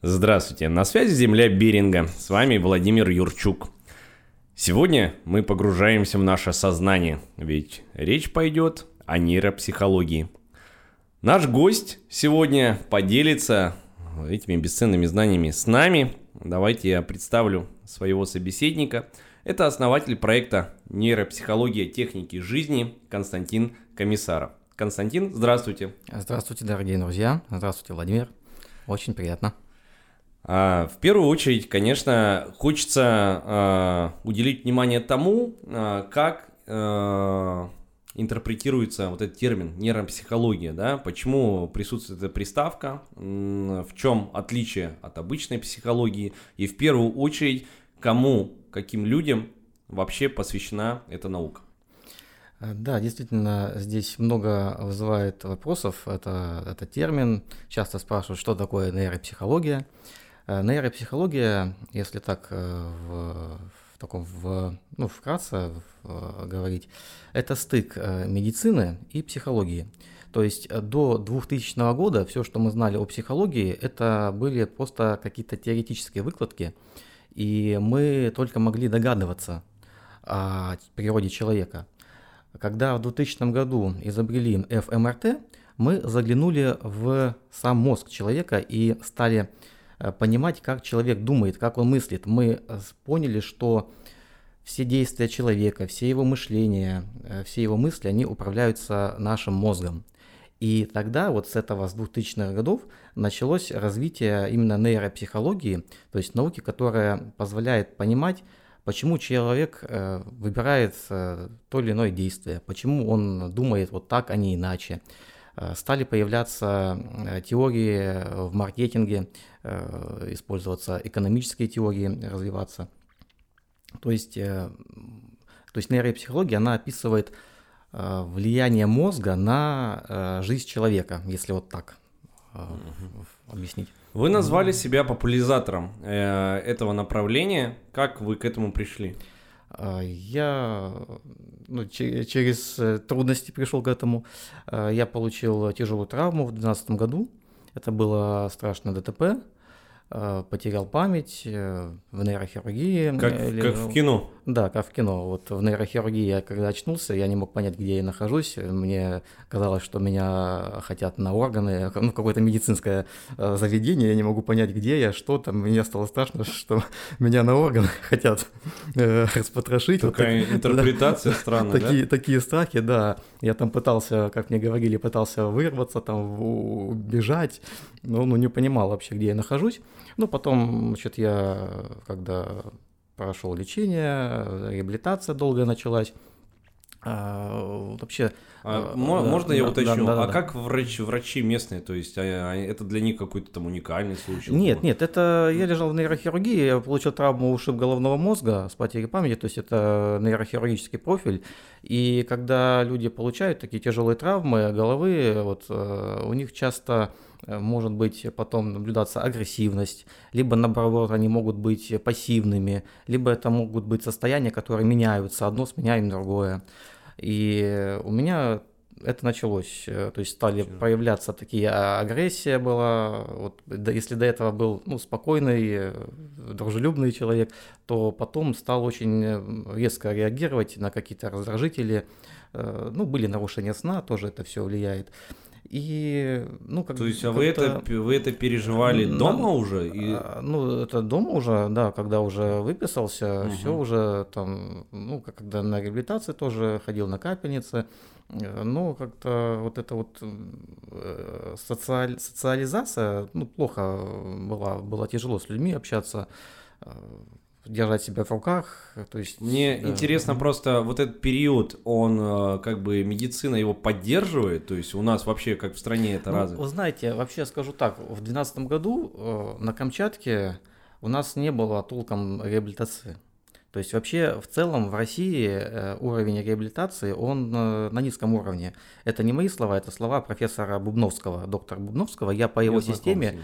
Здравствуйте, на связи Земля Беринга, с вами Владимир Юрчук. Сегодня мы погружаемся в наше сознание, ведь речь пойдет о нейропсихологии. Наш гость сегодня поделится этими бесценными знаниями с нами. Давайте я представлю своего собеседника. Это основатель проекта «Нейропсихология техники жизни» Константин Комиссаров. Константин, здравствуйте. Здравствуйте, дорогие друзья. Здравствуйте, Владимир. Очень приятно. В первую очередь, конечно, хочется уделить внимание тому, как интерпретируется вот этот термин нейропсихология, да? Почему присутствует эта приставка, в чем отличие от обычной психологии и в первую очередь, кому, каким людям вообще посвящена эта наука. Да, действительно, здесь много вызывает вопросов. Это термин. Часто спрашивают, что такое нейропсихология. Нейропсихология, если так вкратце говорить, это стык медицины и психологии. То есть до 2000 года все, что мы знали о психологии, это были просто какие-то теоретические выкладки, и мы только могли догадываться о природе человека. Когда в 2000 году изобрели ФМРТ, мы заглянули в сам мозг человека и стали понимать, как человек думает, как он мыслит. Мы поняли, что все действия человека, все его мышления, все его мысли, они управляются нашим мозгом. И тогда, вот с 2000-х годов, началось развитие именно нейропсихологии, то есть науки, которая позволяет понимать, почему человек выбирает то или иное действие, почему он думает вот так, а не иначе. Стали появляться теории в маркетинге, использоваться экономические теории, развиваться. То есть нейропсихология, она описывает влияние мозга на жизнь человека, если вот так объяснить. Вы назвали себя популяризатором этого направления. Как вы к этому пришли? Я через трудности пришел к этому. Я получил тяжелую травму в 2012 году. Это было страшное ДТП. Потерял память в нейрохирургии. Как в кино? Да, как в кино. Вот в нейрохирургии я когда очнулся, я не мог понять, где я нахожусь. Мне казалось, что меня хотят на органы, какое-то медицинское заведение, я не могу понять, где я, что там. Мне стало страшно, что меня на органы хотят распотрошить. Такая интерпретация странная, да? Такие страхи, да. Я там пытался, как мне говорили, вырваться, там убежать, но не понимал вообще, где я нахожусь. Потом, я когда прошел лечение, реабилитация долгая началась. Можно я уточню? Как врачи местные, то есть это для них какой-то там уникальный случай? Нет, это я лежал в нейрохирургии, я получил травму ушиб головного мозга с потерей памяти, то есть это нейрохирургический профиль. И когда люди получают такие тяжелые травмы головы, у них часто может быть потом наблюдаться агрессивность, либо наоборот они могут быть пассивными, либо это могут быть состояния, которые меняются, одно сменяем другое. И у меня это началось, то есть стали проявляться такие, агрессия была, если до этого был спокойный, дружелюбный человек, то потом стал очень резко реагировать на какие-то раздражители, были нарушения сна, тоже это все влияет. И, то есть, вы это переживали дома уже? Это дома уже, да, когда уже выписался, все уже там, когда на реабилитации тоже ходил на капельницы, как-то социализация, плохо было тяжело с людьми общаться, держать себя в руках, то есть... Мне интересно просто вот этот период, он медицина его поддерживает, то есть у нас вообще как в стране это развито? Вы знаете, вообще скажу так, в 2012 году на Камчатке у нас не было толком реабилитации. То есть вообще в целом в России уровень реабилитации, он на низком уровне. Это не мои слова, это слова профессора Бубновского, доктора Бубновского. Я по его системе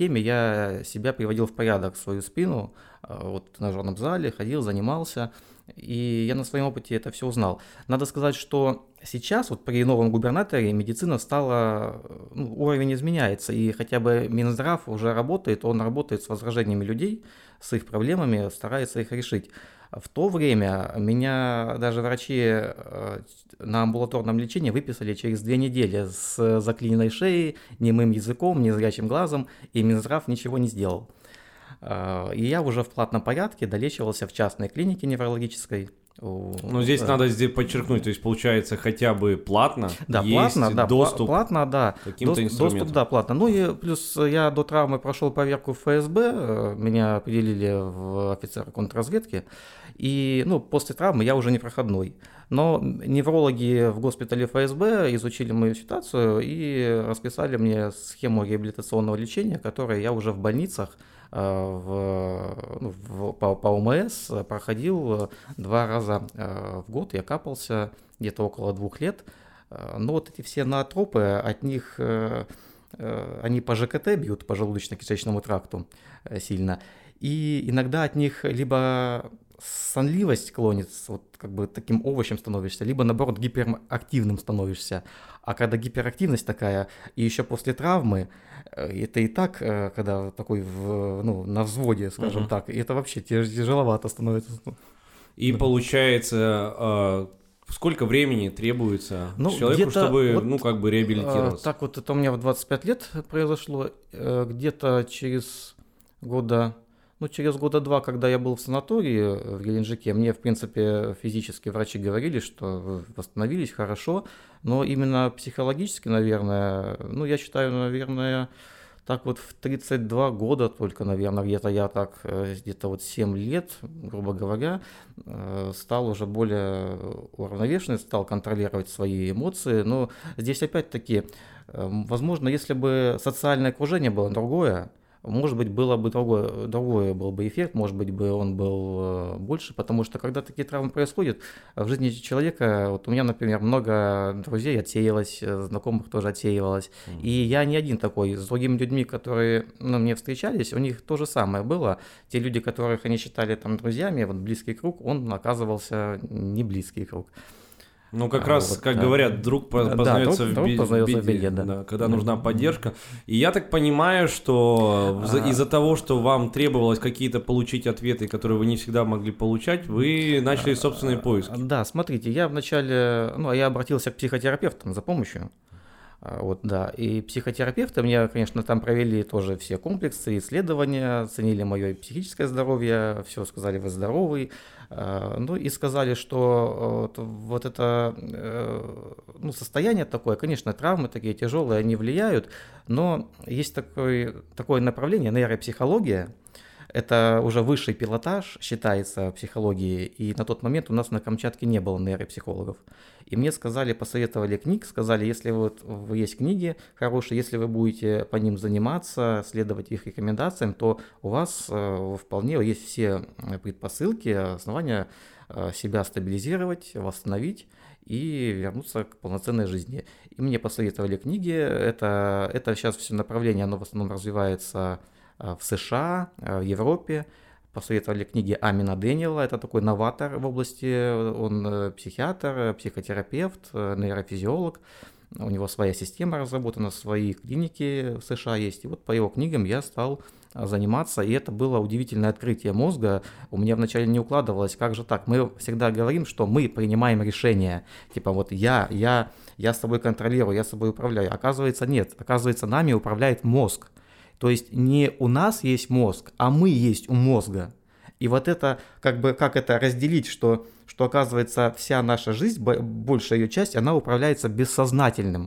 я себя приводил в порядок, свою спину, в тренажерном зале ходил, занимался. И я на своем опыте это все узнал. Надо сказать, что сейчас вот при новом губернаторе медицина стала, ну, уровень изменяется, и хотя бы Минздрав уже работает, он работает с возражениями людей, с их проблемами, старается их решить. В то время меня даже врачи на амбулаторном лечении выписали через 2 недели с заклиненной шеей, немым языком, незрячим глазом, и Минздрав ничего не сделал. И я уже в платном порядке долечивался в частной клинике неврологической. Но здесь надо подчеркнуть, то есть получается хотя бы платно, да, есть платно, да, доступ платно, да, к каким-то инструментам. доступ, да, платно. Ну и плюс я до травмы прошел проверку в ФСБ, меня определили в офицера контрразведки, и, ну, после травмы я уже не проходной. Но неврологи в госпитале ФСБ изучили мою ситуацию и расписали мне схему реабилитационного лечения, которое я уже в больницах по ОМС проходил 2 раза в год, я капался где-то около 2 лет. Но вот эти все ноотропы, от них они по ЖКТ бьют, по желудочно-кишечному тракту сильно, и иногда от них либо сонливость клонится, вот как бы таким овощем становишься, либо наоборот гиперактивным становишься. А когда гиперактивность такая, и еще после травмы, это и так, когда такой на взводе, скажем так, и это вообще тяжеловато становится. И получается, сколько времени требуется человеку, где-то чтобы, вот, реабилитироваться? Так вот, это у меня в 25 лет произошло, где-то через года 2, когда я был в санатории в Геленджике, мне, в принципе, физически врачи говорили, что вы восстановились хорошо, но именно психологически, наверное, я считаю, наверное, так вот в 32 года только, наверное, где-то вот 7 лет, грубо говоря, стал уже более уравновешенный, стал контролировать свои эмоции. Но здесь опять-таки, возможно, если бы социальное окружение было другое, может быть, было бы другой был бы эффект, может быть, бы он был больше, потому что когда такие травмы происходят в жизни человека, вот у меня, например, много друзей отсеялось, знакомых тоже отсеивалось, и я не один такой, с другими людьми, которые мне встречались, у них то же самое было, те люди, которых они считали там друзьями, вот близкий круг, он оказывался не близкий круг. Как раз, как говорят, друг познается в беде, да, когда нужна поддержка. И я так понимаю, что из-за того, что вам требовалось какие-то получить ответы, которые вы не всегда могли получать, вы начали собственные поиски. Да, смотрите, я вначале, я обратился к психотерапевтам за помощью. И психотерапевты мне, конечно, там провели тоже все комплексы, исследования, оценили мое психическое здоровье, все сказали, вы здоровый, и сказали, что вот это состояние такое, конечно, травмы такие тяжелые, они влияют, но есть такое направление, нейропсихология. Это уже высший пилотаж считается в психологии, и на тот момент у нас на Камчатке не было нейропсихологов. И мне посоветовали книг, сказали, если есть книги хорошие, если вы будете по ним заниматься, следовать их рекомендациям, то у вас вполне есть все предпосылки, основания себя стабилизировать, восстановить и вернуться к полноценной жизни. И мне посоветовали книги, это сейчас все направление, оно в основном развивается в США, в Европе. Посоветовали книги Амина Дэниела, это такой новатор в области, он психиатр, психотерапевт, нейрофизиолог, у него своя система разработана, свои клиники в США есть, и вот по его книгам я стал заниматься, и это было удивительное открытие мозга. У меня вначале не укладывалось, как же так, мы всегда говорим, что мы принимаем решения, типа вот я с тобой контролирую, я с тобой управляю, оказывается нет, оказывается нами управляет мозг. То есть не у нас есть мозг, а мы есть у мозга. И вот это, как это разделить, что оказывается вся наша жизнь, большая ее часть, она управляется бессознательными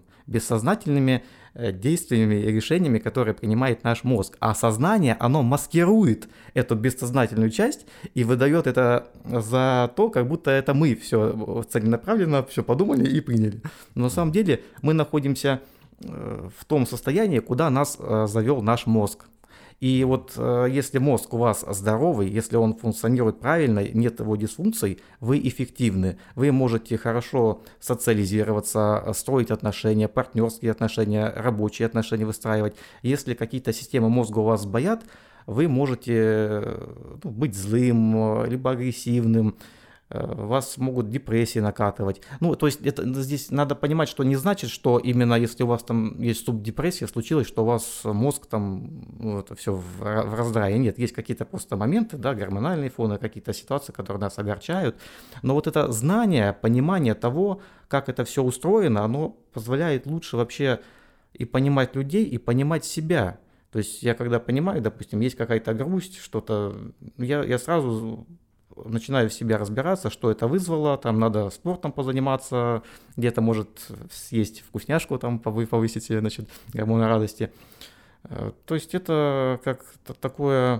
действиями и решениями, которые принимает наш мозг. А сознание, оно маскирует эту бессознательную часть и выдает это за то, как будто это мы все целенаправленно, все подумали и приняли. Но на самом деле мы находимся в том состоянии, куда нас завел наш мозг. И вот если мозг у вас здоровый, если он функционирует правильно, нет его дисфункций, вы эффективны. Вы можете хорошо социализироваться, строить отношения, партнерские отношения, рабочие отношения выстраивать. Если какие-то системы мозга у вас сбоят, вы можете быть злым, либо агрессивным, вас могут депрессии накатывать. Ну, то есть здесь надо понимать, что не значит, что именно если у вас там есть субдепрессия случилось, что у вас мозг там, ну, это все в раздрае. Нет, есть какие-то просто моменты, да, гормональные фоны, какие-то ситуации, которые нас огорчают. Но вот это знание, понимание того, как это все устроено, оно позволяет лучше вообще и понимать людей, и понимать себя. То есть я когда понимаю, допустим, есть какая-то грусть, что-то, я сразу начинаю в себе разбираться, что это вызвало, там надо спортом позаниматься, где-то может съесть вкусняшку, там повысить себе, значит, гормоны радости. То есть это как такое,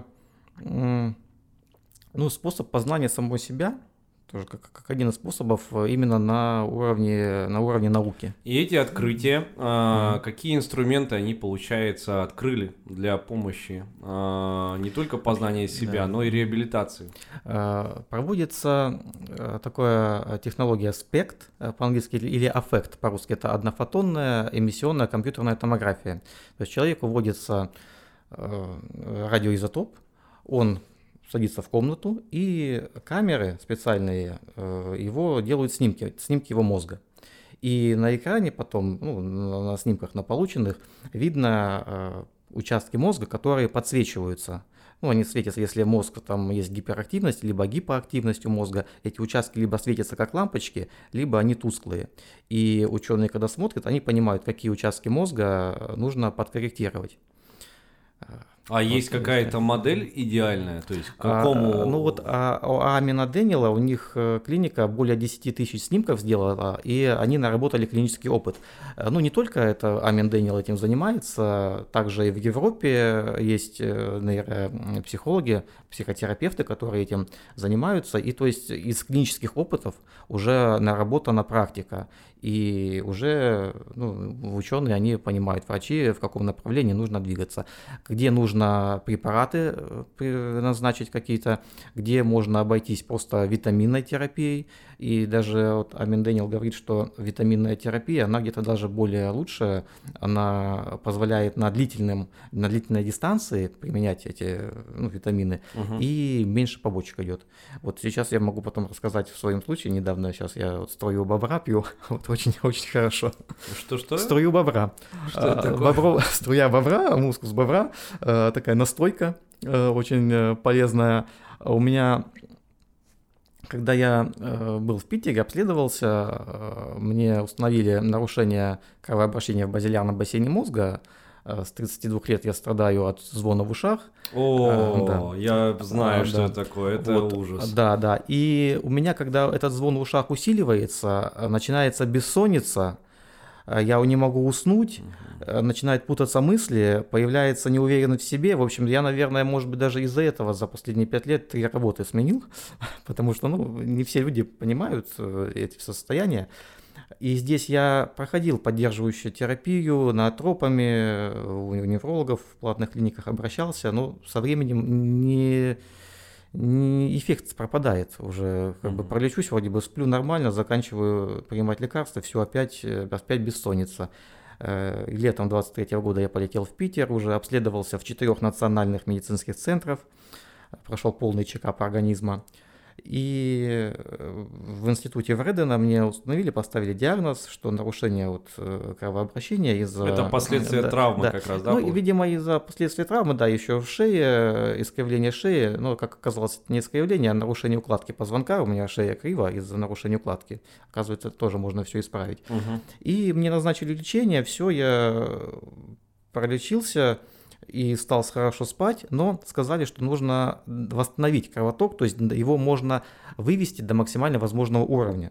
ну, способ познания самого себя, тоже как один из способов именно на уровне науки. И эти открытия, какие инструменты они, получается, открыли для помощи не только познания себя, но и реабилитации? Проводится такая технология SPECT по-английски или AFFECT по-русски. Это однофотонная эмиссионная компьютерная томография. То есть человеку вводится радиоизотоп, он садится в комнату, и камеры специальные его делают снимки его мозга. И на экране потом, ну, на снимках, на полученных, видно участки мозга, которые подсвечиваются. Ну, они светятся, если мозг, там есть гиперактивность, либо гипоактивность у мозга. Эти участки либо светятся как лампочки, либо они тусклые. И ученые, когда смотрят, они понимают, какие участки мозга нужно подкорректировать. А есть какая-то модель идеальная? То есть к какому... Ну вот у Амина Дэниела, у них клиника более 10 тысяч снимков сделала, и они наработали клинический опыт. Ну не только это Амин Дэниел этим занимается, также и в Европе есть нейропсихологи, психотерапевты, которые этим занимаются. И то есть из клинических опытов уже наработана практика. И уже ученые, они понимают, врачи, в каком направлении нужно двигаться, где нужно препараты назначить какие-то, где можно обойтись просто витаминной терапией. И даже вот Амин Дэниел говорит, что витаминная терапия, она где-то даже более лучшая, она позволяет на длительной дистанции применять эти витамины, и меньше побочек идет. Вот сейчас я могу потом рассказать в своем случае, недавно сейчас я вот струю бобра пью, вот очень хорошо. Что? Струю бобра. Что это такое? Струя бобра, мускус бобра, такая настойка очень полезная. У меня, когда я был в Питере, обследовался, мне установили нарушение кровообращения в базилярном бассейне мозга. С 32 лет я страдаю от звона в ушах. Я знаю, что это такое, это вот, ужас. Да. И у меня, когда этот звон в ушах усиливается, начинается бессонница, я не могу уснуть, начинают путаться мысли, появляется неуверенность в себе. В общем, я, наверное, может быть, даже из-за этого за последние 5 лет 3 работы сменил, потому что не все люди понимают эти состояния. И здесь я проходил поддерживающую терапию ноотропами, у неврологов в платных клиниках обращался, но со временем эффект пропадает уже. Как бы пролечусь, вроде бы сплю нормально, заканчиваю принимать лекарства, все опять бессонница. Летом 23 года я полетел в Питер, уже обследовался в 4 национальных медицинских центрах, прошел полный чекап организма. И в институте Вредена мне установили, поставили диагноз, что нарушение кровообращения из-за... Это последствия травмы как раз, да? Ну, и, видимо, из-за последствий травмы, да, еще в шее, искривление шеи, но, как оказалось, это не искривление, а нарушение укладки позвонка, у меня шея крива из-за нарушения укладки. Оказывается, тоже можно все исправить. И мне назначили лечение, все, я пролечился и стал хорошо спать, но сказали, что нужно восстановить кровоток, то есть его можно вывести до максимально возможного уровня.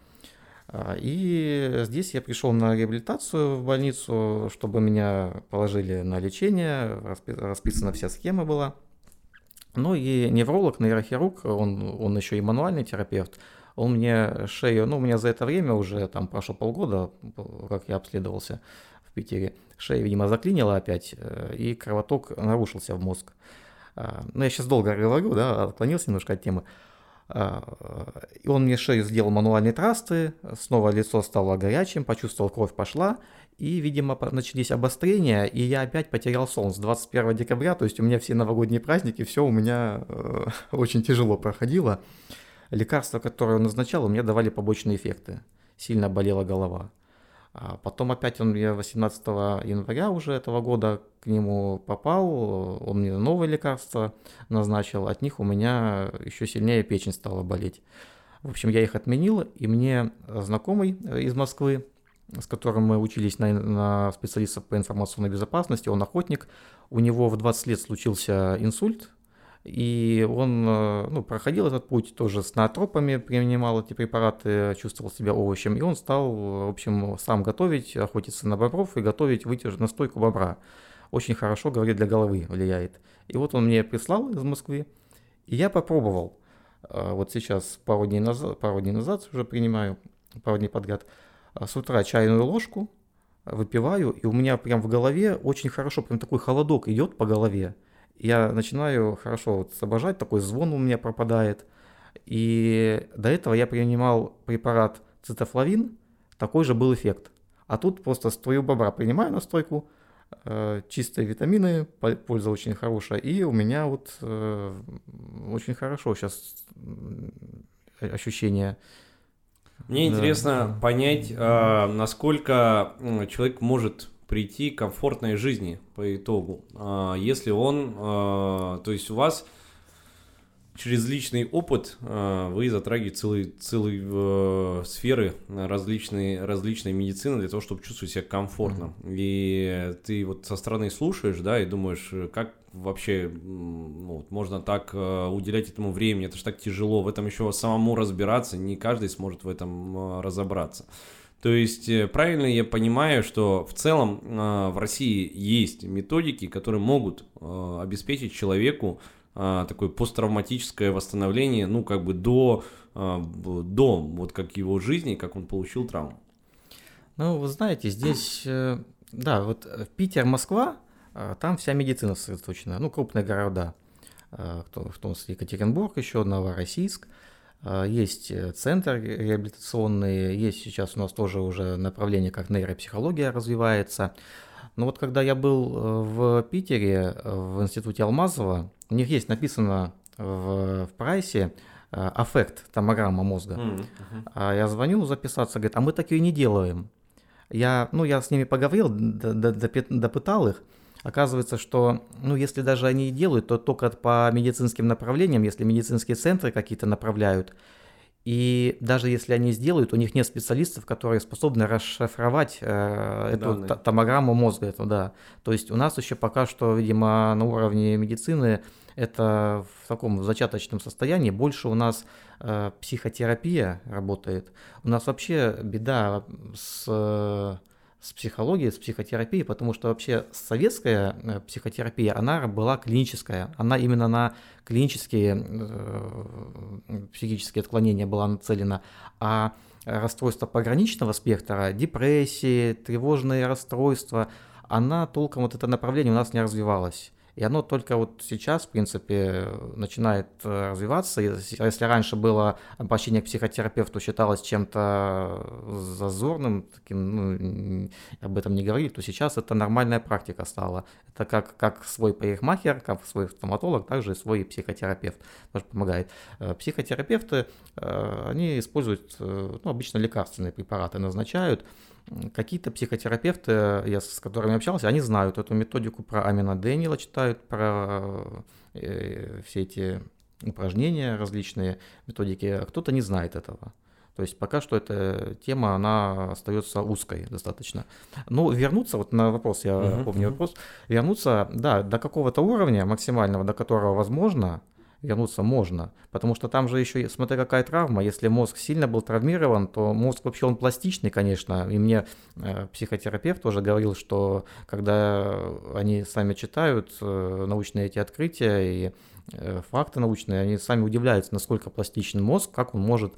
И здесь я пришел на реабилитацию в больницу, чтобы меня положили на лечение, расписана вся схема была. Ну и невролог, нейрохирург, он еще и мануальный терапевт, он мне шею, у меня за это время уже там прошло полгода, как я обследовался в Питере, шея, видимо, заклинила опять, и кровоток нарушился в мозг. Я сейчас долго говорю, да, отклонился немножко от темы. И он мне шею сделал мануальные трасты, снова лицо стало горячим, почувствовал, кровь пошла, и, видимо, начались обострения, и я опять потерял сон с 21 декабря, то есть у меня все новогодние праздники, все у меня очень тяжело проходило. лекарства, которые он назначал, у меня давали побочные эффекты. Сильно болела голова. А потом опять я 18 января уже этого года к нему попал, он мне новые лекарства назначил, от них у меня еще сильнее печень стала болеть. В общем, я их отменил, и мне знакомый из Москвы, с которым мы учились на специалистов по информационной безопасности, он охотник, у него в 20 лет случился инсульт, и он проходил этот путь тоже с ноотропами, принимал эти препараты, чувствовал себя овощем, и он стал, в общем, сам готовить, охотиться на бобров и готовить настойку бобра. Очень хорошо, говорит, для головы влияет. И вот он мне прислал из Москвы, и я попробовал. Вот сейчас пару дней назад уже принимаю, пару дней подряд, с утра чайную ложку выпиваю, и у меня прям в голове очень хорошо, прям такой холодок идет по голове. Я начинаю хорошо соображать, такой звон у меня пропадает. И до этого я принимал препарат цитофлавин, такой же был эффект. А тут просто струю бобра принимаю настойку, чистые витамины, польза очень хорошая, и у меня вот очень хорошо сейчас ощущение. Мне интересно понять, насколько человек может прийти к комфортной жизни по итогу, если он, то есть у вас через личный опыт вы затрагиваете целые сферы различной медицины для того, чтобы чувствовать себя комфортно. И ты вот со стороны слушаешь, да, и думаешь, как вообще можно так уделять этому времени, это же так тяжело, в этом еще самому разбираться, не каждый сможет в этом разобраться. То есть правильно я понимаю, что в целом в России есть методики, которые могут обеспечить человеку такое посттравматическое восстановление, до вот как его жизни, как он получил травму. Ну, вы знаете, здесь, да, вот Питер, Москва, там вся медицина сосредоточена, крупные города, в том числе Екатеринбург, еще Новороссийск. Есть центр реабилитационный, есть сейчас у нас тоже уже направление, как нейропсихология развивается. Но вот когда я был в Питере, в институте Алмазова, у них есть написано в прайсе аффект, томограмма мозга. А я звоню записаться, говорит, а мы такие не делаем. Я с ними поговорил, допытал их. Оказывается, что, если даже они и делают, то только по медицинским направлениям, если медицинские центры какие-то направляют. И даже если они сделают, у них нет специалистов, которые способны расшифровать эту томограмму мозга. Да. То есть у нас еще пока что, видимо, на уровне медицины это в таком зачаточном состоянии. Больше у нас психотерапия работает. У нас вообще беда с психологией, с психотерапией, потому что вообще советская психотерапия, она была клиническая, она именно на клинические психические отклонения была нацелена, а расстройства пограничного спектра, депрессии, тревожные расстройства, она толком вот это направление у нас не развивалось. И оно только вот сейчас, в принципе, начинает развиваться. Если раньше было обращение к психотерапевту считалось чем-то зазорным, таким, об этом не говорили, то сейчас это нормальная практика стала. Это как свой парикмахер, как свой стоматолог, также и свой психотерапевт тоже помогает. Психотерапевты, они используют, обычно лекарственные препараты назначают. Какие-то психотерапевты, с которыми общался, они знают эту методику, про Амина Дэниела читают, про все эти упражнения, различные методики, а кто-то не знает этого. То есть пока что эта тема, она остается узкой достаточно. Но вернуться, вот на вопрос, я помню вопрос, вернуться, да, до какого-то уровня максимального, до которого возможно, вернуться можно, потому что там же еще, смотря какая травма, если мозг сильно был травмирован, то мозг вообще он пластичный, конечно, и мне психотерапевт тоже говорил, что когда они сами читают научные эти открытия и факты научные, они сами удивляются, насколько пластичен мозг, как он может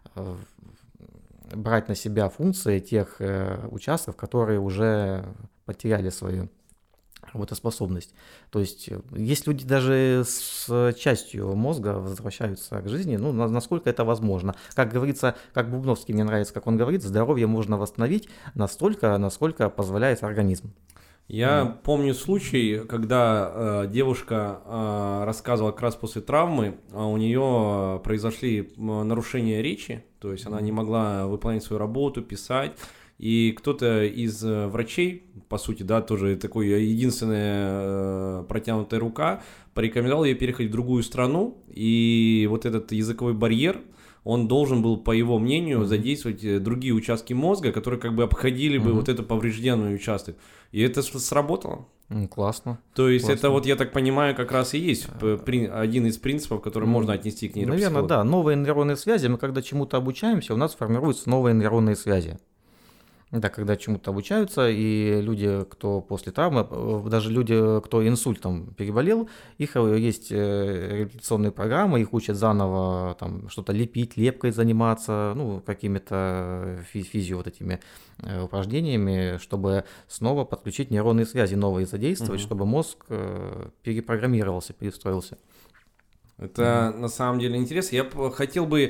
брать на себя функции тех участков, которые уже потеряли свою работоспособность. То есть есть люди даже с частью мозга возвращаются к жизни, насколько это возможно. Как говорится, как Бубновский, мне нравится, как он говорит, здоровье можно восстановить настолько, насколько позволяет организм. Я помню случай, когда девушка рассказывала как раз после травмы, у нее произошли нарушения речи, то есть она не могла выполнять свою работу, писать, и кто-то из врачей, по сути, да, тоже такой единственная протянутая рука, порекомендовал ей переехать в другую страну, и вот этот языковой барьер, он должен был, по его мнению, задействовать другие участки мозга, которые как бы обходили бы вот этот поврежденный участок. И это сработало. Классно. То есть Классно. это вот, я так понимаю, как раз и есть один из принципов, который можно отнести к нейропсихологии. Наверное, да. Новые нейронные связи, мы когда чему-то обучаемся, у нас формируются новые нейронные связи. Да, когда чему-то обучаются, и люди, кто после травмы, даже люди, кто инсультом переболел, их есть реабилитационные программы, их учат заново там что-то лепить, лепкой заниматься, ну, какими-то физио вот этими упражнениями, чтобы снова подключить нейронные связи, новые задействовать, чтобы мозг перепрограммировался, перестроился. Это на самом деле интересно. Я хотел бы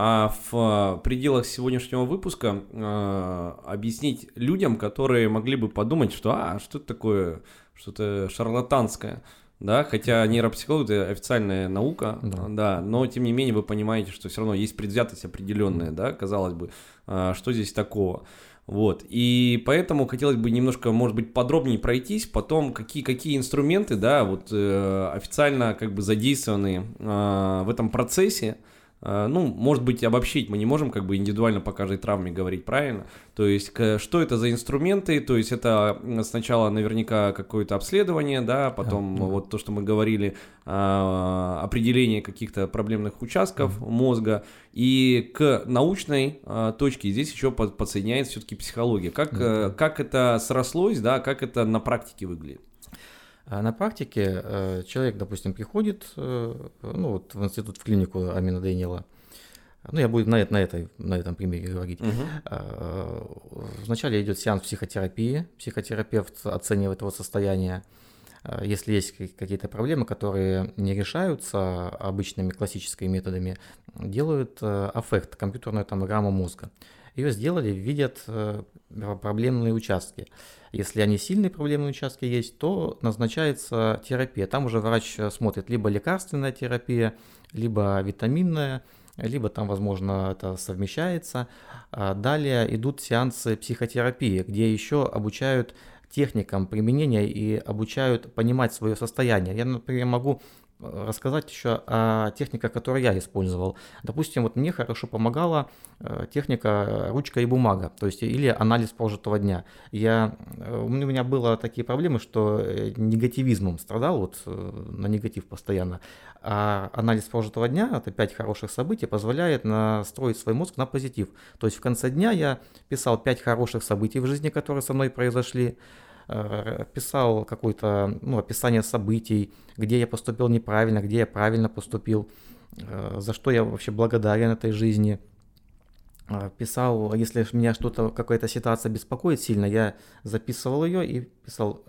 в пределах сегодняшнего выпуска объяснить людям, которые могли бы подумать, что что это такое, что-то шарлатанское. Да, хотя нейропсихология – это официальная наука, да, но тем не менее вы понимаете, что все равно есть предвзятость определенная, да, казалось бы, что здесь такого. Вот, и поэтому хотелось бы немножко, может быть, подробнее пройтись, потом какие инструменты, да, вот официально как бы задействованы в этом процессе. Ну, может быть, обобщить мы не можем как бы индивидуально по каждой травме говорить, правильно? То есть, что это за инструменты? То есть, это сначала наверняка какое-то обследование, да, потом вот то, что мы говорили, определение каких-то проблемных участков мозга, и к научной точке здесь еще подсоединяется все-таки психология. Как это срослось, да, как это на практике выглядит? На практике человек, допустим, приходит вот в институт, в клинику Амина Дэниела. Ну, я буду на этом примере говорить. Вначале идет сеанс психотерапии. Психотерапевт оценивает его состояние. Если есть какие-то проблемы, которые не решаются обычными классическими методами, делают аффект, компьютерную томограмму мозга. Ее сделали, видят проблемные участки. Если они сильные проблемные участки есть, то назначается терапия. Там уже врач смотрит либо лекарственная терапия, либо витаминная, либо там, возможно, это совмещается. Далее идут сеансы психотерапии, где еще обучают техникам применения и обучают понимать свое состояние. Я, например, могу рассказать еще о техниках, которые я использовал. Допустим, вот мне хорошо помогала техника ручка и бумага, то есть или анализ прожитого дня. У меня были такие проблемы, что негативизмом страдал, вот на негатив постоянно. А анализ прожитого дня, это 5 хороших событий, позволяет настроить свой мозг на позитив. То есть в конце дня я писал 5 хороших событий в жизни, которые со мной произошли, писал какое-то описание событий, где я поступил неправильно, где я правильно поступил, за что я вообще благодарен этой жизни. Писал, если меня какая-то ситуация беспокоит сильно, я записывал ее и писал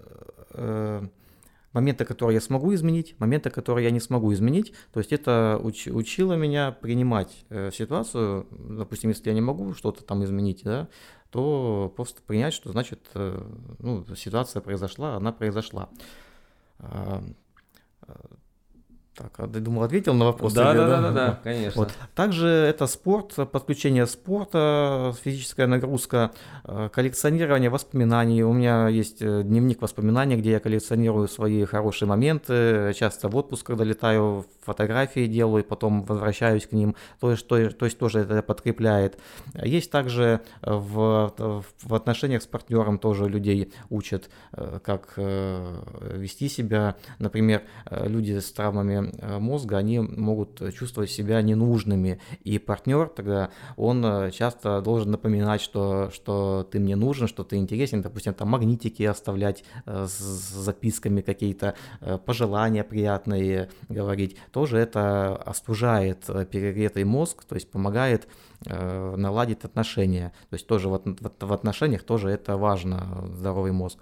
моменты, которые я смогу изменить, моменты, которые я не смогу изменить. То есть это учило меня принимать ситуацию, допустим, если я не могу что-то там изменить, да, то просто принять, что значит ситуация произошла, она произошла. Так, я думал, ответил на вопрос. Да, конечно. Вот. Также это спорт, подключение спорта, физическая нагрузка, коллекционирование воспоминаний. У меня есть дневник воспоминаний, где я коллекционирую свои хорошие моменты. Часто в отпуск, когда летаю, фотографии делаю, потом возвращаюсь к ним. То есть тоже это подкрепляет. Есть также в отношениях с партнером тоже людей учат, как вести себя. Например, люди с травмами мозга, они могут чувствовать себя ненужными, и партнер тогда, он часто должен напоминать, что ты мне нужен, что ты интересен, допустим, там магнитики оставлять с записками какие-то, пожелания приятные говорить, тоже это остужает перегретый мозг, то есть помогает наладить отношения, то есть тоже в отношениях тоже это важно, здоровый мозг.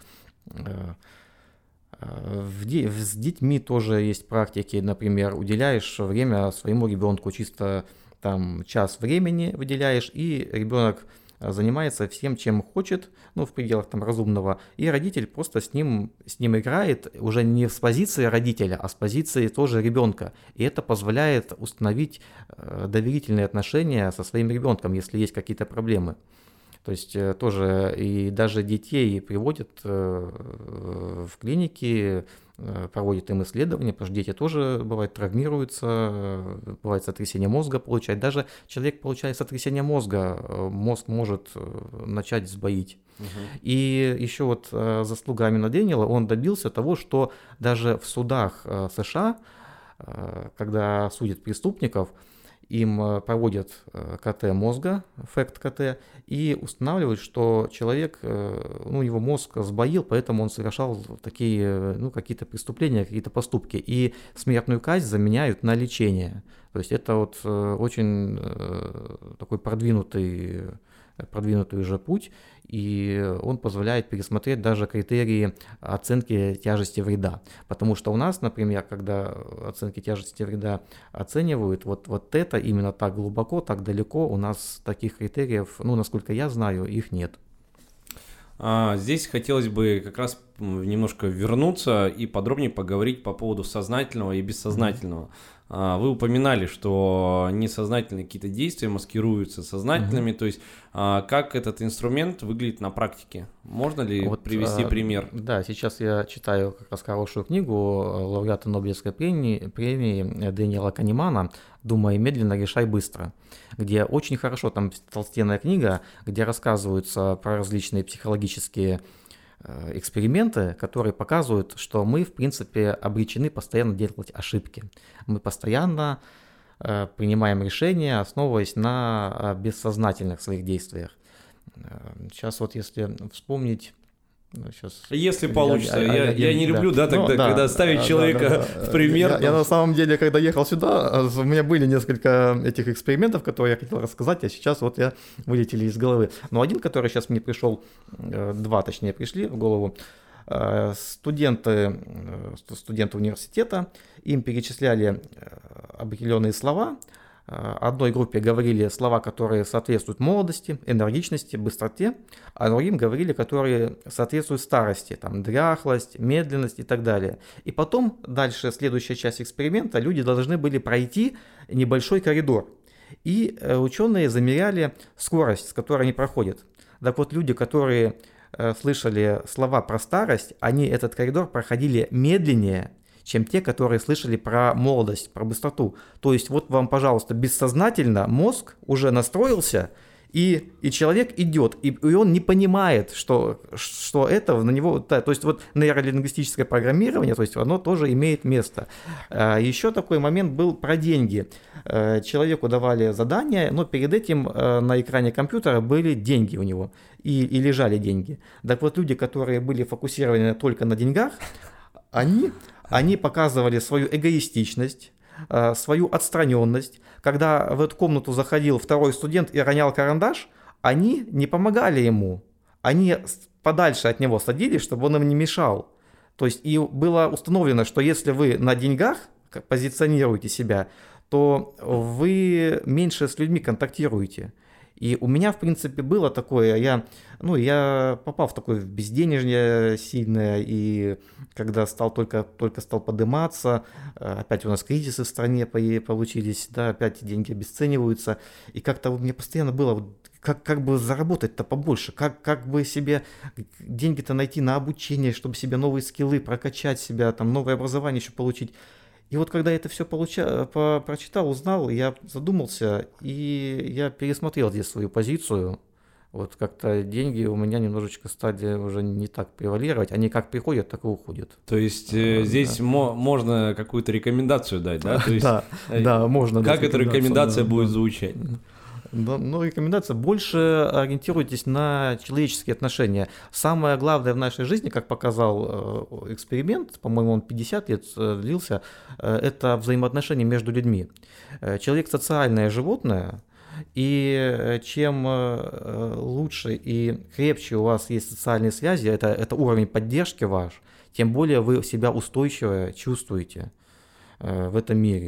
С детьми тоже есть практики, например, уделяешь время своему ребенку, чисто там час времени выделяешь, и ребенок занимается всем, чем хочет, ну, в пределах там разумного, и родитель просто с ним играет уже не с позиции родителя, а с позиции тоже ребенка. И это позволяет установить доверительные отношения со своим ребенком, если есть какие-то проблемы. То есть тоже и даже детей приводят в клиники, проводят им исследования, потому что дети тоже бывает травмируются, бывает сотрясение мозга получать. Даже человек получает сотрясение мозга, мозг может начать сбоить. И еще вот заслуга Амина Дэниела, он добился того, что даже в судах США, когда судят преступников, им проводят КТ мозга, ФЭКТ КТ, и устанавливают, что человек, ну, его мозг сбоил, поэтому он совершал такие, ну, какие-то преступления, какие-то поступки. И смертную казнь заменяют на лечение. То есть это вот очень такой продвинутый уже путь, и он позволяет пересмотреть даже критерии оценки тяжести вреда. Потому что у нас, например, когда оценки тяжести вреда оценивают, вот это именно так глубоко, так далеко, у нас таких критериев, ну, насколько я знаю, их нет. Здесь хотелось бы как раз немножко вернуться и подробнее поговорить по поводу сознательного и бессознательного. Вы упоминали, что несознательные какие-то действия маскируются сознательными, то есть как этот инструмент выглядит на практике? Можно ли привести пример? Да, сейчас я читаю как раз хорошую книгу лауреата Нобелевской премии Дэниела Канемана «Думай медленно, решай быстро», где очень хорошо, там толстенная книга, где рассказываются про различные психологические эксперименты, которые показывают, что мы, в принципе, обречены постоянно делать ошибки. Мы постоянно принимаем решения, основываясь на бессознательных своих действиях. Сейчас вот если вспомнить... Сейчас, если получится. Я не люблю, когда ставить человека в пример. Я на самом деле, когда ехал сюда, у меня были несколько этих экспериментов, которые я хотел рассказать, а сейчас вот вылетели из головы. Но один, который сейчас мне пришел, два точнее пришли в голову. Студенты университета, им перечисляли определенные слова. Одной группе говорили слова, которые соответствуют молодости, энергичности, быстроте, а другим говорили, которые соответствуют старости, там, дряхлость, медленность и так далее. И потом, дальше, следующая часть эксперимента, люди должны были пройти небольшой коридор. И ученые замеряли скорость, с которой они проходят. Так вот, люди, которые слышали слова про старость, они этот коридор проходили медленнее, чем те, которые слышали про молодость, про быстроту. То есть вот вам, пожалуйста, бессознательно мозг уже настроился, и человек идет, и он не понимает, что это на него... То есть вот нейролингвистическое программирование, то есть оно тоже имеет место. Еще такой момент был про деньги. Человеку давали задание, но перед этим на экране компьютера были деньги у него, и лежали деньги. Так вот люди, которые были фокусированы только на деньгах, они показывали свою эгоистичность, свою отстраненность. Когда в эту комнату заходил второй студент и ронял карандаш, они не помогали ему. Они подальше от него садились, чтобы он им не мешал. То есть и было установлено, что если вы на деньгах позиционируете себя, то вы меньше с людьми контактируете. И у меня, в принципе, было такое, я попал в такое безденежье сильное, и когда только стал подниматься, опять у нас кризисы в стране получились, да, опять деньги обесцениваются, и как-то мне постоянно было, как бы заработать-то побольше, как бы себе деньги-то найти на обучение, чтобы себе новые скиллы прокачать себя, там новое образование еще получить. И вот когда я это все прочитал, узнал, я задумался, и я пересмотрел здесь свою позицию. Вот как-то деньги у меня немножечко стали уже не так превалировать, они как приходят, так и уходят. То есть здесь можно какую-то рекомендацию дать, да? То есть, да, можно. Как эта рекомендация будет звучать? Но рекомендация: больше ориентируйтесь на человеческие отношения. Самое главное в нашей жизни, как показал эксперимент, по-моему, он 50 лет длился, это взаимоотношения между людьми. Человек социальное животное, и чем лучше и крепче у вас есть социальные связи, это уровень поддержки ваш, тем более вы себя устойчиво чувствуете в этом мире.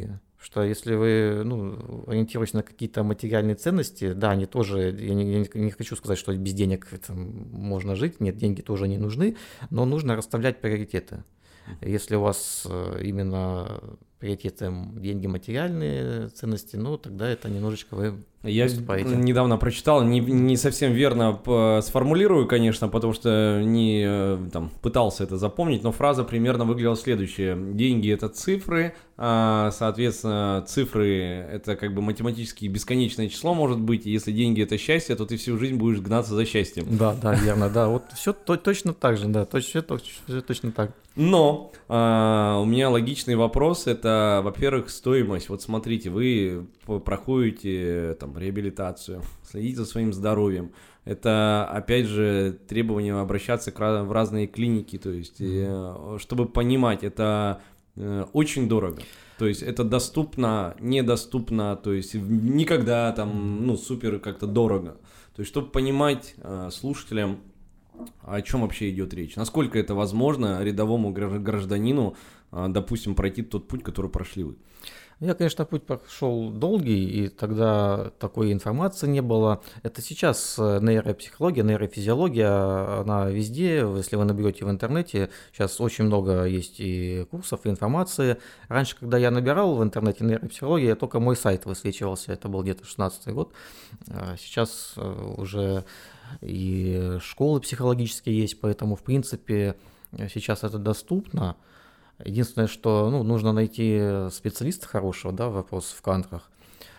что если вы, ну, ориентируетесь на какие-то материальные ценности, да, они тоже, я не хочу сказать, что без денег там можно жить, нет, деньги тоже не нужны, но нужно расставлять приоритеты. Если у вас именно приоритетом деньги, материальные ценности, ну, тогда это немножечко вы Я поступаете. недавно прочитал, не совсем верно сформулирую, конечно, потому что не там, пытался это запомнить, но фраза примерно выглядела следующая. Деньги – это цифры, соответственно, цифры – это как бы математически бесконечное число может быть, и если деньги – это счастье, то ты всю жизнь будешь гнаться за счастьем. Да, верно, да, вот все точно так же, да, все точно так. Но у меня логичный вопрос – это, во-первых, стоимость. Вот смотрите, вы проходите там реабилитацию, следите за своим здоровьем. Это, опять же, требование обращаться в разные клиники, то есть, чтобы понимать, это очень дорого. То есть это доступно, недоступно, то есть никогда там, ну, супер как-то дорого. То есть, чтобы понимать слушателям, о чем вообще идет речь, насколько это возможно рядовому гражданину, допустим, пройти тот путь, который прошли вы. Я, конечно, путь прошел долгий, и тогда такой информации не было. Это сейчас нейропсихология, нейрофизиология, она везде, если вы наберете в интернете, сейчас очень много есть и курсов, и информации. Раньше, когда я набирал в интернете нейропсихология, только мой сайт высвечивался, это был где-то 16-й год. Сейчас уже и школы психологические есть, поэтому, в принципе, сейчас это доступно. Единственное, что нужно найти специалиста хорошего, да, вопрос в кадрах.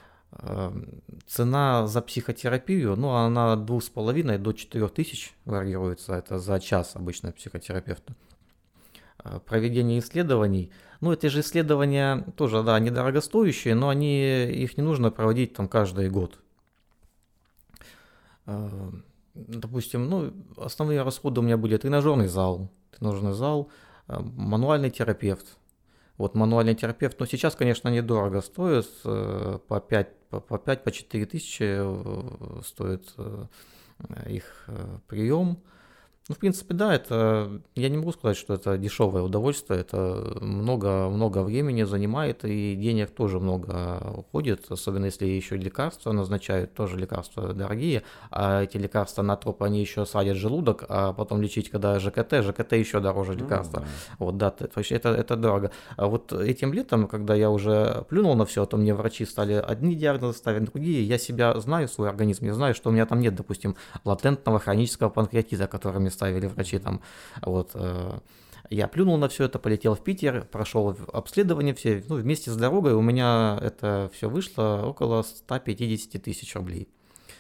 Цена за психотерапию, она от 2,5 до 4 тысяч варьируется, это за час обычно психотерапевта. Проведение исследований, эти же исследования тоже, да, они дорогостоящие, но их не нужно проводить там каждый год. Допустим, основные расходы у меня были тренажерный зал, мануальный терапевт. Вот мануальный терапевт, но сейчас, конечно, недорого стоит, по 4 тысячи стоит их прием. В принципе, да, я не могу сказать, что это дешевое удовольствие, это много времени занимает и денег тоже много уходит, особенно если еще лекарства назначают, тоже лекарства дорогие, а эти лекарства на троп, они еще садят желудок, а потом лечить, когда ЖКТ еще дороже лекарства. Вот, да, это дорого. А вот этим летом, когда я уже плюнул на все, то мне врачи стали одни диагнозы ставить, другие, я себя знаю, свой организм, я знаю, что у меня там нет, допустим, латентного хронического панкреатита, который мне ставили врачи там, вот, я плюнул на все это, полетел в Питер, прошел обследование все, вместе с дорогой у меня это все вышло около 150 тысяч рублей.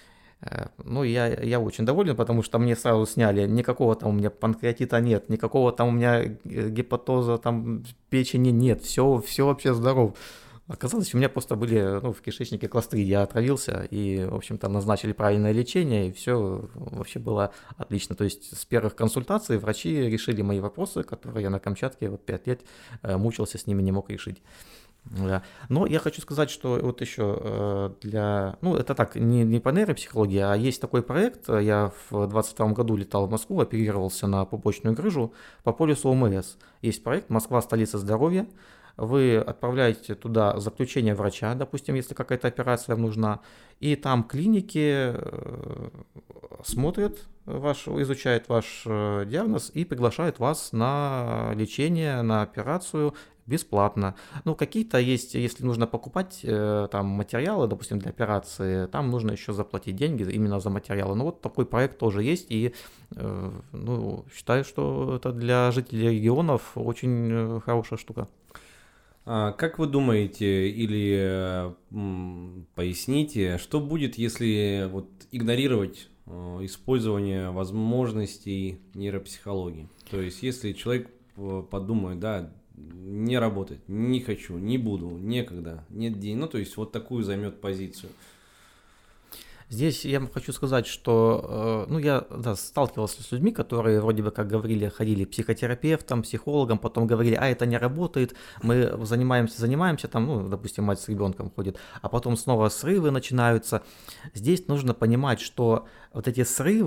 Я очень доволен, потому что мне сразу сняли, никакого там у меня панкреатита нет, никакого там у меня гепатоза, там печени нет, все вообще здоров. Оказалось, у меня просто были в кишечнике кластридии, я отравился, и, в общем-то, назначили правильное лечение, и все вообще было отлично. То есть с первых консультаций врачи решили мои вопросы, которые я на Камчатке 5 лет мучился, с ними не мог решить. Да. Но я хочу сказать, что вот еще это так, не по нейропсихологии, а есть такой проект, я в 2022 году летал в Москву, оперировался на пупочную грыжу по полюсу ОМС. Есть проект «Москва, столица здоровья». Вы отправляете туда заключение врача, допустим, если какая-то операция вам нужна, и там клиники смотрят изучают ваш диагноз и приглашают вас на лечение, на операцию бесплатно. Какие-то есть, если нужно покупать там материалы, допустим, для операции, там нужно еще заплатить деньги именно за материалы. Вот такой проект тоже есть, и считаю, что это для жителей регионов очень хорошая штука. Как вы думаете, или поясните, что будет, если игнорировать использование возможностей нейропсихологии? То есть, если человек подумает, да, не работать, не хочу, не буду, некогда, нет денег, то есть вот такую займет позицию. Здесь я хочу сказать, что я сталкивался с людьми, которые вроде бы, как говорили, ходили к психотерапевтам, психологам, потом говорили, это не работает, мы занимаемся, там, допустим, мать с ребенком ходит, а потом снова срывы начинаются. Здесь нужно понимать, что вот эти срывы,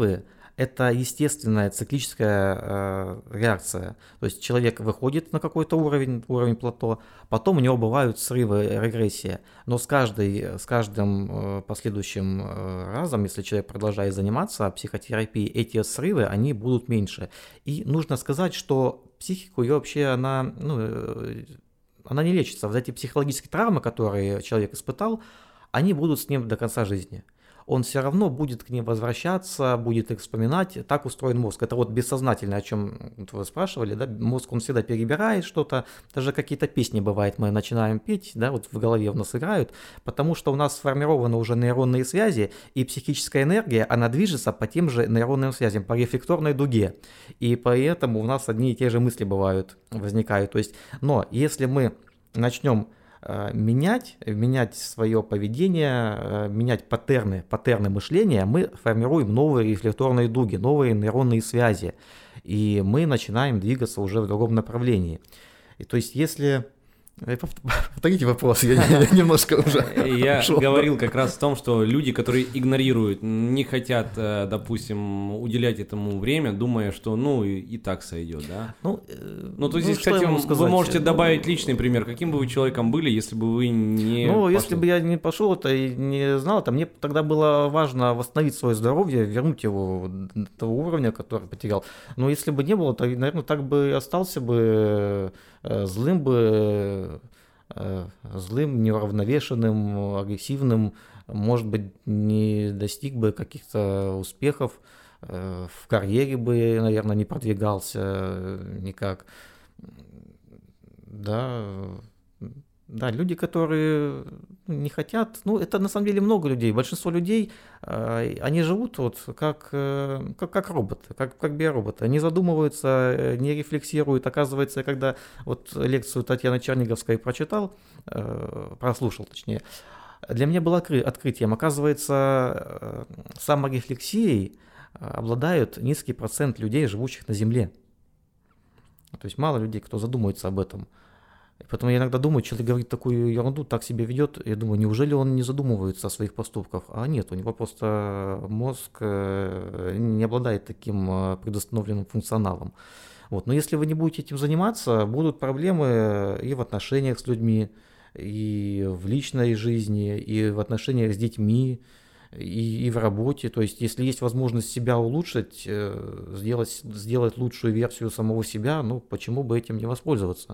это естественная циклическая реакция. То есть человек выходит на какой-то уровень плато, потом у него бывают срывы, регрессия. Но с каждым последующим разом, если человек продолжает заниматься психотерапией, эти срывы, они будут меньше. И нужно сказать, что психику ее вообще, она не лечится. Вот эти психологические травмы, которые человек испытал, они будут с ним до конца жизни. Он все равно будет к ним возвращаться, будет их вспоминать. Так устроен мозг. Это вот бессознательно, о чем вы спрашивали, да? Мозг, он всегда перебирает что-то. Даже какие-то песни, бывает, мы начинаем петь, да, вот в голове у нас играют, потому что у нас сформированы уже нейронные связи, и психическая энергия, она движется по тем же нейронным связям, по рефлекторной дуге. И поэтому у нас одни и те же мысли возникают. То есть, но если мы начнем менять свое поведение, менять паттерны мышления, мы формируем новые рефлекторные дуги, новые нейронные связи, и мы начинаем двигаться уже в другом направлении. И то есть если... Повторите вопрос, я немножко уже Я говорил как раз в том, что люди, которые игнорируют, не хотят, допустим, уделять этому время, думая, что и так сойдет, да? То есть, кстати, вы можете добавить личный пример. Каким бы вы человеком были, если бы вы не пошли? Если бы я не пошел, это и не знал, мне тогда было важно восстановить свое здоровье, вернуть его до того уровня, который потерял. Но если бы не было, то, наверное, так бы и остался бы злым, неуравновешенным, агрессивным, может быть, не достиг бы каких-то успехов, в карьере бы, наверное, не продвигался никак. Да, люди, которые не хотят, это на самом деле много людей. Большинство людей, они живут как роботы, как биороботы. Они задумываются, не рефлексируют. Оказывается, когда лекцию Татьяны Черниговской прослушал, точнее, для меня было открытием. Оказывается, саморефлексией обладают низкий процент людей, живущих на Земле. То есть мало людей, кто задумывается об этом. Поэтому я иногда думаю, человек говорит такую ерунду, так себя ведет, я думаю, неужели он не задумывается о своих поступках? А нет, у него просто мозг не обладает таким предустановленным функционалом. Но если вы не будете этим заниматься, будут проблемы и в отношениях с людьми, и в личной жизни, и в отношениях с детьми, и в работе. То есть, если есть возможность себя улучшить, сделать лучшую версию самого себя, почему бы этим не воспользоваться?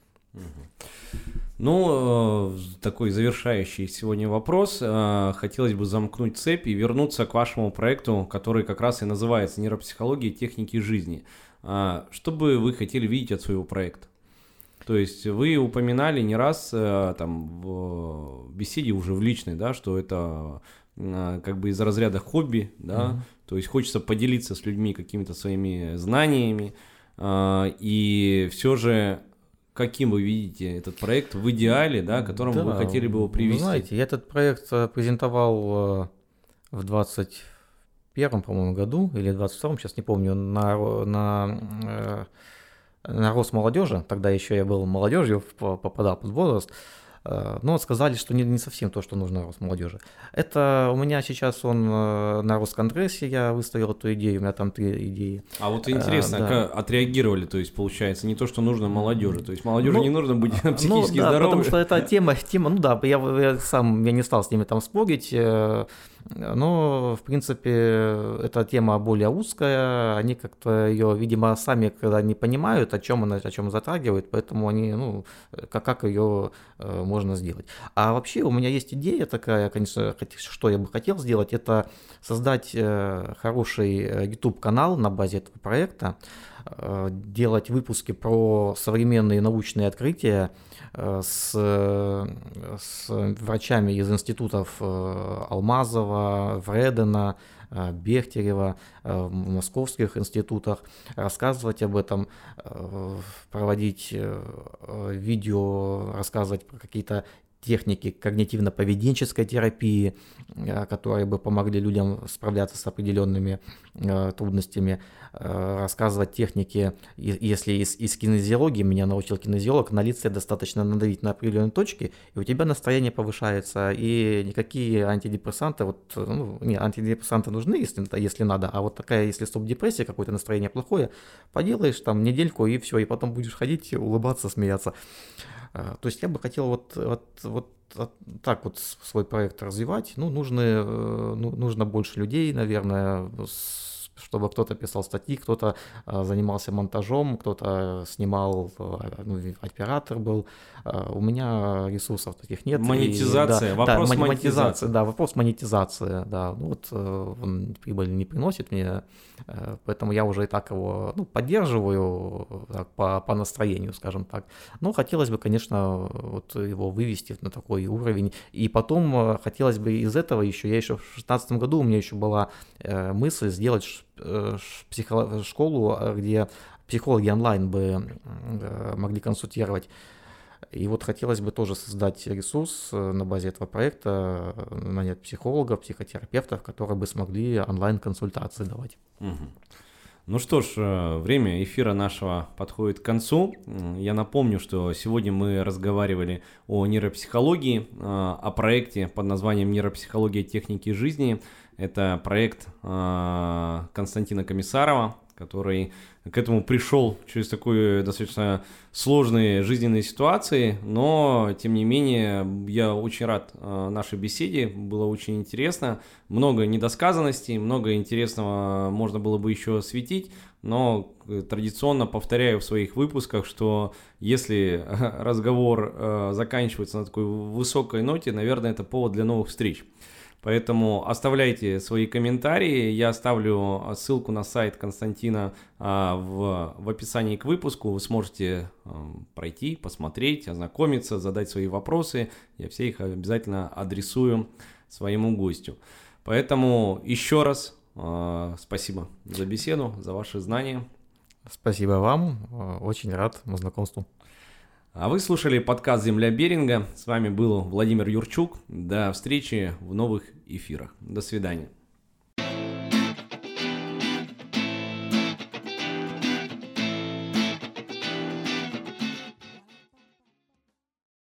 Такой завершающий сегодня вопрос. Хотелось бы замкнуть цепь и вернуться к вашему проекту, который как раз и называется «Нейропсихология. Техники жизни». Что бы вы хотели видеть от своего проекта? То есть вы упоминали не раз в беседе уже в личной, да, что это как бы из разряда хобби, да, то есть хочется поделиться с людьми какими-то своими знаниями, и все же... Каким вы видите этот проект в идеале, да, к которому вы хотели бы его привести? Знаете, я этот проект презентовал в 21-м, по-моему, году, или 22-м, сейчас не помню, на Росмолодежи. Тогда еще я был молодежью, попадал под возраст. Но сказали, что не совсем то, что нужно Росмолодежи. Это у меня сейчас на Росконгрессе я выставил эту идею, у меня там 3 идеи. А интересно, как отреагировали, то есть получается не то, что нужно молодежи, то есть молодежи не нужно быть психически здоровой. Потому что это тема, я не стал с ними там спорить, но в принципе эта тема более узкая, они как-то ее, видимо, сами когда не понимают, о чем затрагивают, поэтому они, как ее можно сделать. А вообще у меня есть идея такая, конечно, что я бы хотел сделать, это создать хороший YouTube-канал на базе этого проекта, делать выпуски про современные научные открытия с врачами из институтов Алмазова, Вредена, Бехтерева, в московских институтах, рассказывать об этом, проводить видео, рассказывать про какие-то техники когнитивно-поведенческой терапии, которые бы помогли людям справляться с определенными трудностями, рассказывать техники, если из кинезиологии, меня научил кинезиолог, на лице достаточно надавить на определенные точки, и у тебя настроение повышается, и никакие антидепрессанты, антидепрессанты нужны, если надо, а вот такая, если стоп-депрессия, какое-то настроение плохое, поделаешь там недельку, и все, и потом будешь ходить, улыбаться, смеяться. То есть я бы хотел вот так вот свой проект развивать. Нужно больше людей, наверное, чтобы кто-то писал статьи, кто-то занимался монтажом, кто-то снимал, оператор был. У меня ресурсов таких нет. Монетизация, вопрос монетизации. Да, вопрос монетизации, да. Он прибыль не приносит мне, поэтому я уже и так его поддерживаю так, по настроению, скажем так. Но хотелось бы, конечно, вот его вывести на такой уровень. И потом хотелось бы из этого я еще в 2016 году у меня еще была мысль сделать школу, где психологи онлайн бы могли консультировать. И вот хотелось бы тоже создать ресурс на базе этого проекта, нанять психологов, психотерапевтов, которые бы смогли онлайн-консультации давать. Угу. Ну что ж, время эфира нашего подходит к концу. Я напомню, что сегодня мы разговаривали о нейропсихологии, о проекте под названием «Нейропсихология техники жизни». Это проект Константина Комиссарова, который к этому пришел через такие достаточно сложные жизненные ситуации, но, тем не менее, я очень рад нашей беседе, было очень интересно, много недосказанностей, много интересного можно было бы еще осветить, но традиционно повторяю в своих выпусках, что если разговор заканчивается на такой высокой ноте, наверное, это повод для новых встреч. Поэтому оставляйте свои комментарии, я оставлю ссылку на сайт Константина в описании к выпуску, вы сможете пройти, посмотреть, ознакомиться, задать свои вопросы, я все их обязательно адресую своему гостю. Поэтому еще раз спасибо за беседу, за ваши знания. Спасибо вам, очень рад знакомству. А вы слушали подкаст «Земля Беринга». С вами был Владимир Юрчук. До встречи в новых эфирах. До свидания.